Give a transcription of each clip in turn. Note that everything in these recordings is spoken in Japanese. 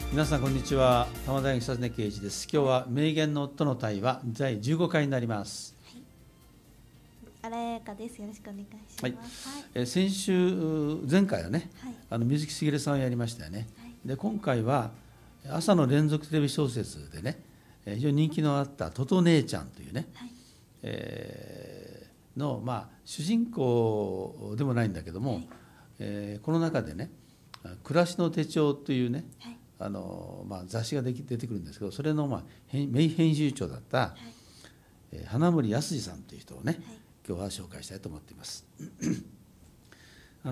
皆さんこんにちは。多摩大学久常圭一です。今日は名言の夫の対話第15回になります。 荒やかです。よろしくお願いします。 はい。先週前回はね、水木しげるさんをやりましたよね。で今回は朝の連続テレビ小説でね、非常に人気のあったとと姉ちゃんというね、の主人公でもないんだけども、この中でね暮らしの手帳というね、雑誌が出てくるんですけど、それの名編集長だった、花森康二さんという人をね、今日は紹介したいと思っています。こ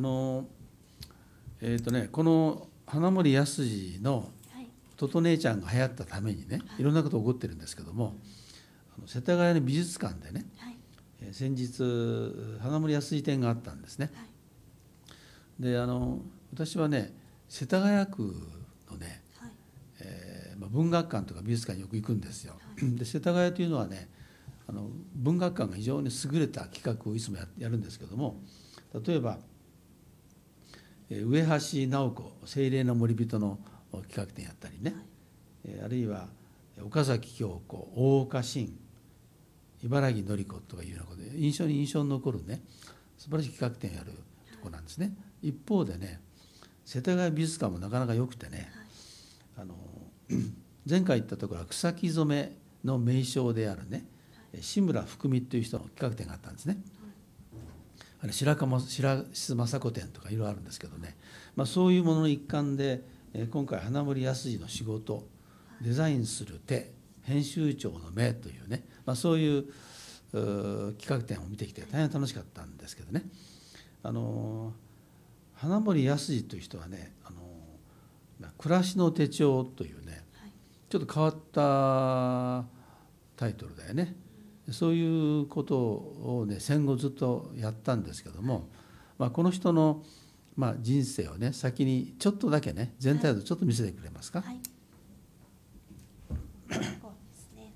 の花森康二のとと姉ちゃんが流行ったためにね、いろんなことが起こってるんですけども、世田谷の美術館でね、先日花森康二展があったんですね。で私はね世田谷区のね、文学館とか美術館によく行くんですよ。で世田谷というのはね文学館が非常に優れた企画をいつもやるんですけども、例えば上橋直子精霊の森人の企画展やったりね、あるいは岡崎京子大岡新茨城典子とかいうようなことで印象に残るね素晴らしい企画展をやるところなんですね。一方でね世田谷美術館もなかなか良くてね、前回行ったところは草木染めの名匠であるね志村福美という人の企画展があったんですね。白須雅子展とかいろいろあるんですけどね、そういうものの一環で今回花森康二の仕事デザインする手編集長の目というね、そういう企画展を見てきて大変楽しかったんですけどね、花森康二という人はね暮らしの手帳というねちょっと変わったタイトルだよね。そういうことをね戦後ずっとやったんですけども、この人の人生をね先にちょっとだけね全体をちょっと見せてくれますか。 そうですね。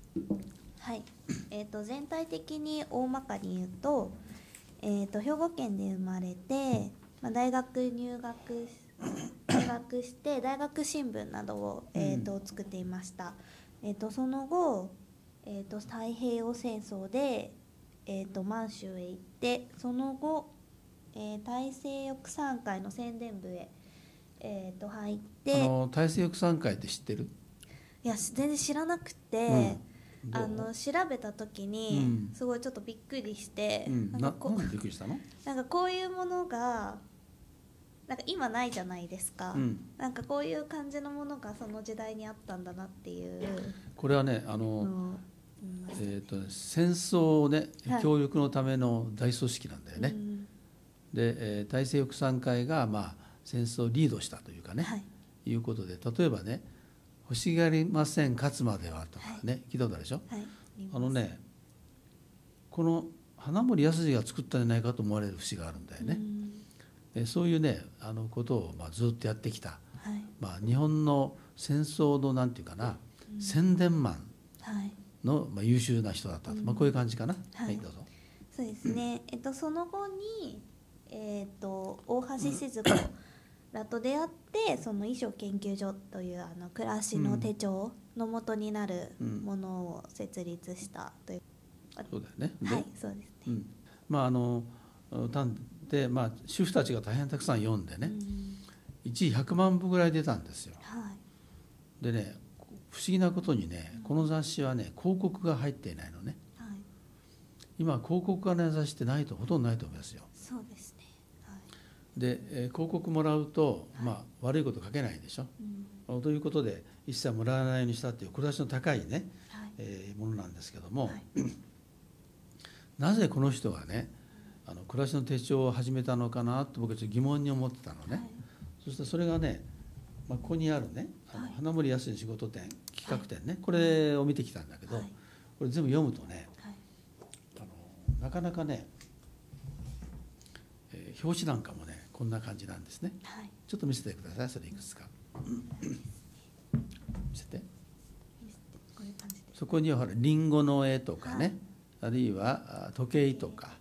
全体的に大まかに言うと、兵庫県で生まれて、大学入学して大学新聞などを、作っていました。その後太平洋戦争で、満州へ行って、その後、大西翼賛会の宣伝部へ、入って。 大西翼賛会って知ってる？ いや全然知らなくて、調べた時にすごいちょっとびっくりして、 なんでびっくりしたの？ なんかこういうものがなんか今ないじゃないですか、なんかこういう感じのものがその時代にあったんだなっていう。 これはね戦争ね協力のための大組織なんだよね。で大西翼賛会が戦争をリードしたというかね、いうことで、例えばね欲しがりません勝つまではとかね、聞いたことあるでしょ。この花森康二が作ったんじゃないかと思われる節があるんだよね。そういうねことをずっとやってきた、日本の戦争のなんていうかな、宣伝マンの優秀な人だったと、こういう感じかな。どうぞ。 そうですね。その後に大橋静子らと出会って、その衣装研究所という暮らしの手帳の元になるものを設立したという。 そうだよね。 はい、そうですね。 で主婦たちが大変たくさん読んでね、一時100万部ぐらい出たんですよ。でね不思議なことにねこの雑誌はね広告が入っていないのね。今広告がない雑誌ってほとんどないと思いますよ。 そうですね。 で広告もらうと、悪いこと書けないでしょ、ということで一切もらわないようにしたっていう暮らしの高いね、ものなんですけども、なぜこの人がね暮らしの手帳を始めたのかなと僕はちょっと疑問に思ってたのね。そしてそれがね、ここにあるね花森康二仕事展企画展ね、これを見てきたんだけど、これ全部読むとね、なかなかね、表紙なんかもねこんな感じなんですね。ちょっと見せてください。それいくつか見せて。そこにはほらリンゴの絵とかね、あるいは時計とか、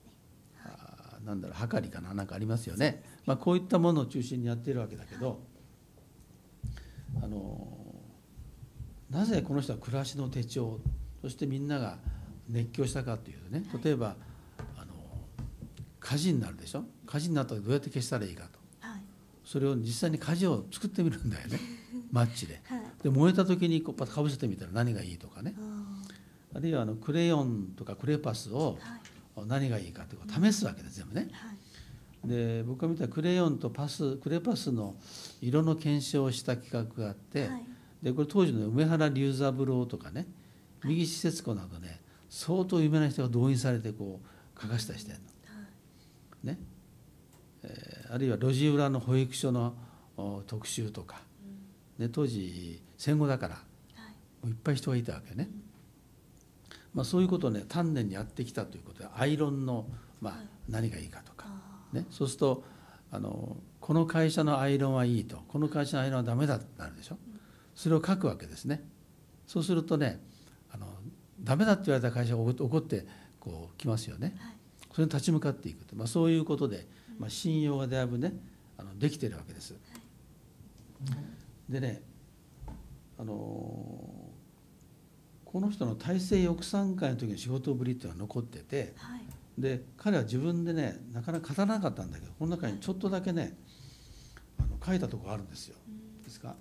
はかりかな、なんかありますよね。こういったものを中心にやっているわけだけど、 なぜこの人は暮らしの手帳、そしてみんなが熱狂したかというとね、例えば火事になるでしょ。火事になったらどうやって消したらいいかと、それを実際に火事を作ってみるんだよねマッチで。で燃えた時にこうパッとかぶせてみたら何がいいとかね、あるいはクレヨンとかクレパスを何がいいかということを試すわけです全部ね。で僕が見たクレヨンとクレパスの色の検証をした企画があって、でこれ当時の梅原龍三郎とかね、三岸節子などね、相当有名な人が動員されてこう書かせたりしてるの、ね。あるいは路地裏の保育所の特集とか、ね、当時戦後だから、いっぱい人がいたわけね。そういうことをね丹念にやってきたということで、アイロンの、何がいいかとか、ね、そうするとこの会社のアイロンはいいと、この会社のアイロンはダメだってなるでしょ。それを書くわけですね。そうするとねダメだって言われた会社が怒ってこう来ますよね。それに立ち向かっていくと、そういうことで、信用がだいぶねできてるわけです。でねこの人の大政翌3回の時の仕事ぶりっていうのが残ってて、で彼は自分でねなかなか語らなかったんだけど、この中にちょっとだけね書いたところあるんですよ。ですか、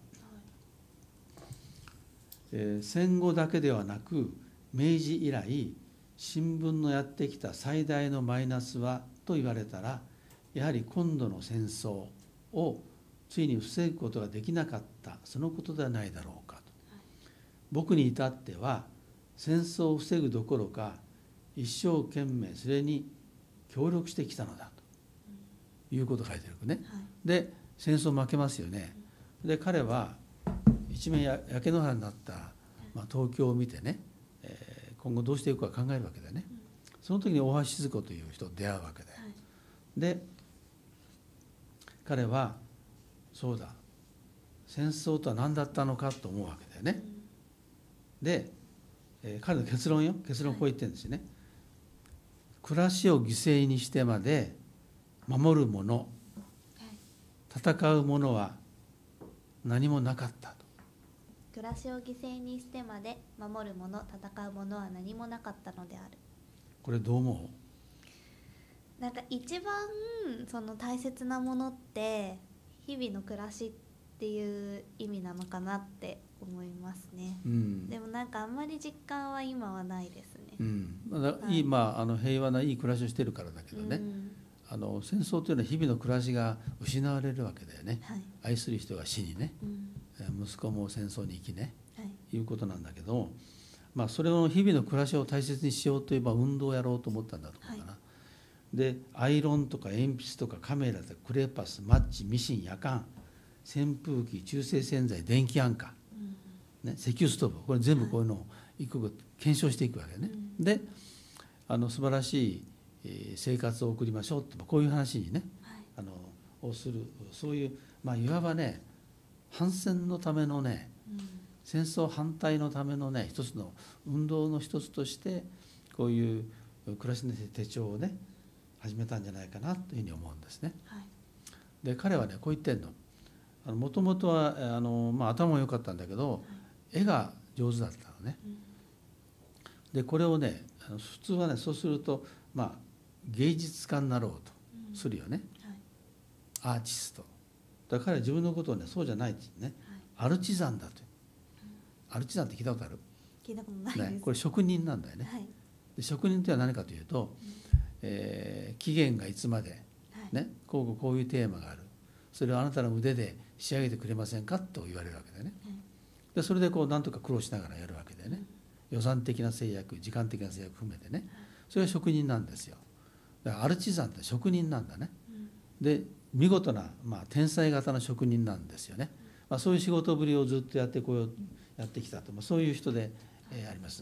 戦後だけではなく明治以来新聞のやってきた最大のマイナスはと言われたら、やはり今度の戦争をついに防ぐことができなかったそのことではないだろうかと。僕に至っては戦争を防ぐどころか一生懸命それに協力してきたのだということを書いてるね。で戦争負けますよね。で彼は一面焼け野原になった、東京を見てね、今後どうしていくか考えるわけだよね。その時に大橋静子という人と出会うわけだよ。で彼はそうだ戦争とは何だったのかと思うわけだよね。で、彼の結論をこう言ってるんですよね。暮らしを犠牲にしてまで守るもの、戦うものは何もなかったと。 暮らしを犠牲にしてまで守るもの、戦うものは何もなかったのである。 これどう思う？なんか一番その大切なものって日々の暮らしっていう意味なのかなって思いますね。でもなんかあんまり実感は今はないですね。 平和ないい暮らしをしてるからだけどね、戦争というのは日々の暮らしが失われるわけだよね。愛する人が死にね、息子も戦争に行きね、いうことなんだけど、それを日々の暮らしを大切にしようといえば運動をやろうと思ったんだと思うかな。でアイロンとか鉛筆とかカメラとかクレパス、マッチ、ミシン、夜間、扇風機、中性洗剤、電気安価、石油ストーブ、これ全部こういうのを一個検証していくわけね。で素晴らしい生活を送りましょうってこういう話にね、をする、そういういわばね反戦のためのね、戦争反対のためのね一つの運動の一つとしてこういう暮らしの手帳をね始めたんじゃないかなというふうに思うんですね。で彼はねこう言ってんの。もともとは頭も良かったんだけど、絵が上手だったのね。でこれをね普通はねそうすると芸術家になろうとするよね、アーティストだから彼は自分のことをねそうじゃないってね、アルチザンだと。アルチザンって聞いたことある？ 聞いたことないです。 これ職人なんだよね。で職人というのは何かというと、期限がいつまで、こういうテーマがある、それをあなたの腕で仕上げてくれませんかと言われるわけだよね。でそれでなんとか苦労しながらやるわけだよね。予算的な制約、時間的な制約含めてね、それが職人なんですよ。だからアルチザンって職人なんだね。で見事な、天才型の職人なんですよね。そういう仕事ぶりをずっとやってきたと、そういう人で、あります。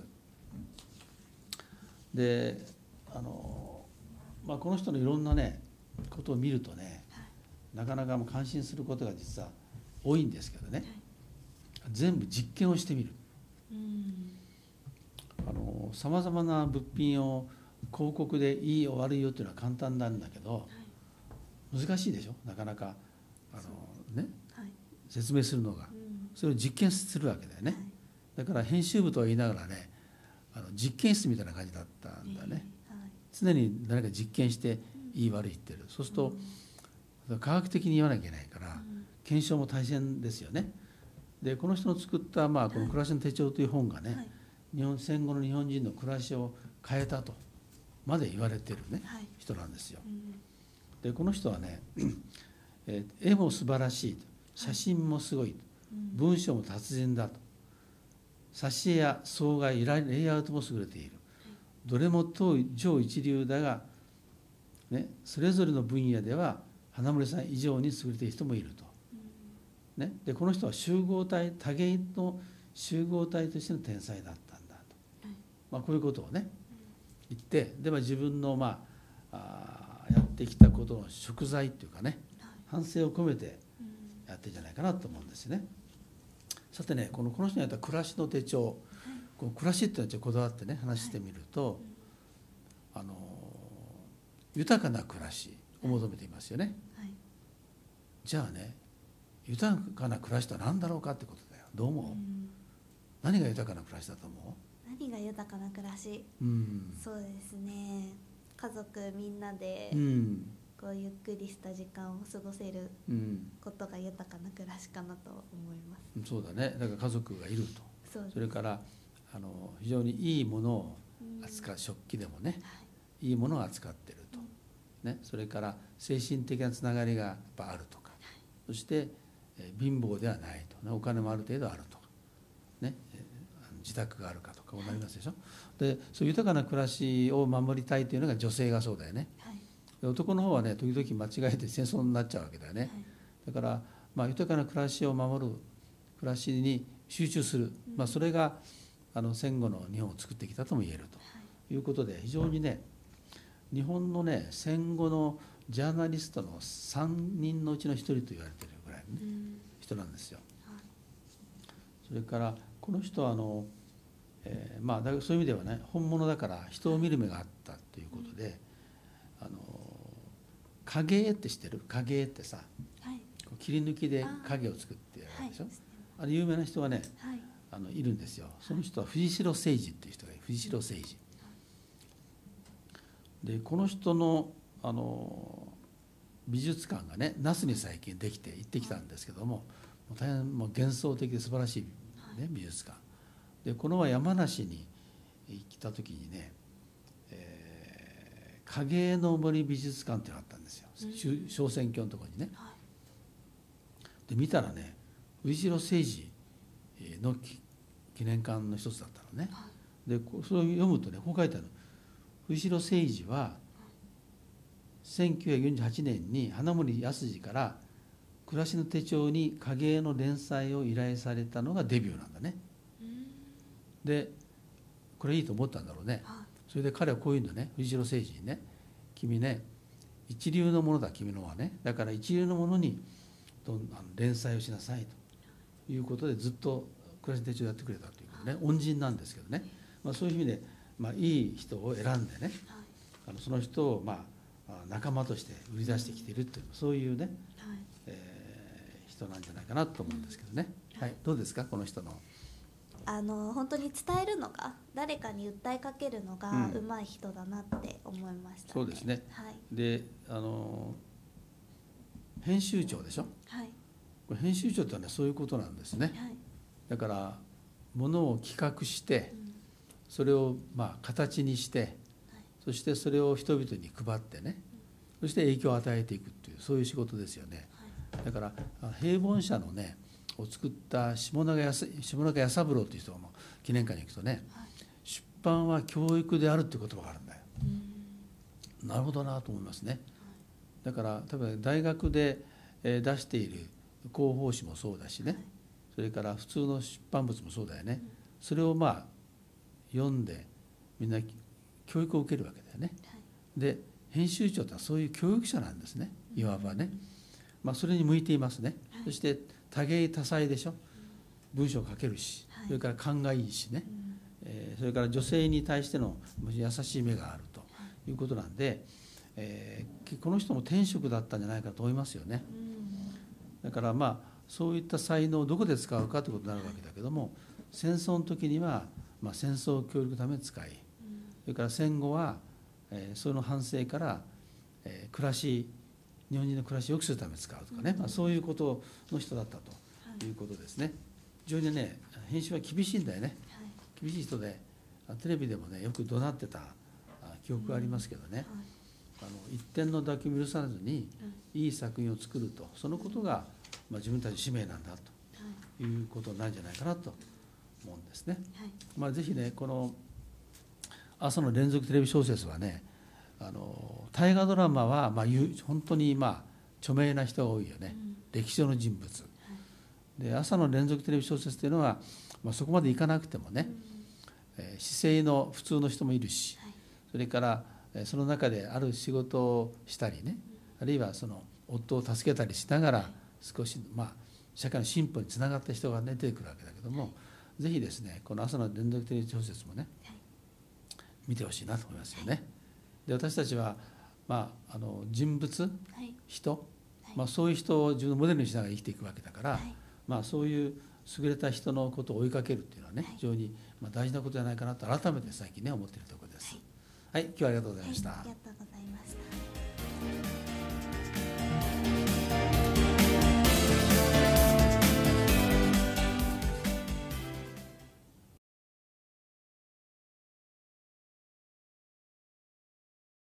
でこの人のいろんなねことを見るとね、なかなか感心することが実は多いんですけどね、全部実験をしてみる。さまざまな物品を広告でいいよ悪いよっていうのは簡単なんだけど、難しいでしょなかなか説明するのが。 それを実験するわけだよね。だから編集部とは言いながらね、実験室みたいな感じだったんだね。常に誰か実験していい悪い言ってる。そうすると科学的に言わなきゃいけないから検証も大変ですよね。でこの人の作った、この「暮らしの手帳」という本がね、戦後の日本人の暮らしを変えたとまで言われてるね、人なんですよ。でこの人はね絵も素晴らしい、写真もすごい、文章も達人だと、挿絵や総外レイアウトも優れている、どれも超一流だが、ね、それぞれの分野では花森さん以上に優れている人もいると、ね、でこの人は多芸の集合体としての天才だったんだと、こういうことをね言って、で自分のやってきたことの贖罪っていうかね、反省を込めてやってるんじゃないかなと思うんですよね。さてね、この人にやった暮らしの手帳、この暮らしっていうのはちょっとこだわってね話してみると、豊かな暮らしを求めていますよね。じゃあね、豊かな暮らしとは何だろうかってことだよ。どう思う？何が豊かな暮らしだと思う？ 何が豊かな暮らし、そうですね、家族みんなでこうゆっくりした時間を過ごせることが豊かな暮らしかなと思います。 そうだね。だから家族がいると、それから非常にいいものを扱う、食器でもね、いいものを扱ってると、ね、それから精神的なつながりがやっぱあるとか、そして貧乏ではないと、ね、お金もある程度あるとか、ね、自宅があるかとかこうなりますでしょ。でそういう豊かな暮らしを守りたいというのが女性がそうだよね。で男の方はね時々間違えて戦争になっちゃうわけだよね。だから、豊かな暮らしを守る、暮らしに集中する、それが戦後の日本を作ってきたとも言えるということで、非常にね日本のね戦後のジャーナリストの3人のうちの1人と言われているぐらいの、人なんですよ。それからこの人はだからそういう意味ではね本物だから人を見る目があったということで、影絵って知ってる？影絵ってさ、切り抜きで影を作ってやるでしょ。有名な人がね、いるんですよ。その人は藤代誠二っていう人がいる。藤代誠二で、この人の美術館がね那須に最近できて行ってきたんですけども、大変幻想的で素晴らしい、ね、美術館で、この前山梨に来た時にね、影絵の森美術館っていうのがあったんですよ、小選挙のところにね。で見たらね藤代誠二の記念館の一つだったのね。でそれを読むとねこう書いてある。藤代誠二は1948年に花森康二から「暮らしの手帳」に影絵の連載を依頼されたのがデビューなんだね。でこれいいと思ったんだろうね。それで彼はこういうのね、藤代誠二にね、君ね一流のものだ君のはね、だから一流のものに連載をしなさいということでずっと暮らしの手帳やってくれたということね。恩人なんですけどね、そういう意味で、いい人を選んでね、その人を仲間として売り出してきているという、そういうね、人なんじゃないかなと思うんですけどね。どうですかこの人の。 本当に伝えるのが、誰かに訴えかけるのが上手い人だなって思いましたね。 そうですね。で編集長でしょ。これ編集長ってのはそういうことなんですね。だからものを企画して、それを形にして、そしてそれを人々に配ってね、そして影響を与えていくっていう、そういう仕事ですよね。だから平凡社のねを作った下中彌三郎という人の記念館に行くとね、出版は教育であるっていう言葉があるんだよ。なるほどなと思いますね。だから例えば大学で出している広報誌もそうだしね、それから普通の出版物もそうだよね。それを読んでみんな教育を受けるわけだよね。で編集長ってのはそういう教育者なんですね、いわばね。それに向いていますね。そして多芸多彩でしょ。文章を書けるし、それから勘がいいしね、それから女性に対しての優しい目があるということなんで、この人も天職だったんじゃないかと思いますよね。だからそういった才能をどこで使うかということになるわけだけども、戦争の時には、戦争協力のために使い、それから戦後は、その反省から、日本人の暮らしを良くするために使うとかね、そういうことの人だったということですね。非常にね、編集は厳しいんだよね。厳しい人で、テレビでもね、よく怒鳴ってた記憶がありますけどね、一点の妥協を許さずにいい作品を作ると、そのことが、自分たちの使命なんだということなんじゃないかなと思うんですね。ぜひね、この朝の連続テレビ小説はね、大河ドラマは本当に著名な人が多いよね、歴史上の人物で、朝の連続テレビ小説というのは、そこまでいかなくてもね、市井の普通の人もいるし、それからその中である仕事をしたりね、あるいはその夫を助けたりしながら少し社会の進歩につながった人が、出てくるわけだけども、ぜひですね、この朝の連続テレビ小説もね、見てほしいなと思いますよね。で、私たちは、人物、人、そういう人を自分のモデルにしながら生きていくわけだから、そういう優れた人のことを追いかけるっていうのはね、非常に大事なことじゃないかなと改めて最近ね思っているところです。はい、今日はありがとうございました。 ありがとうございました。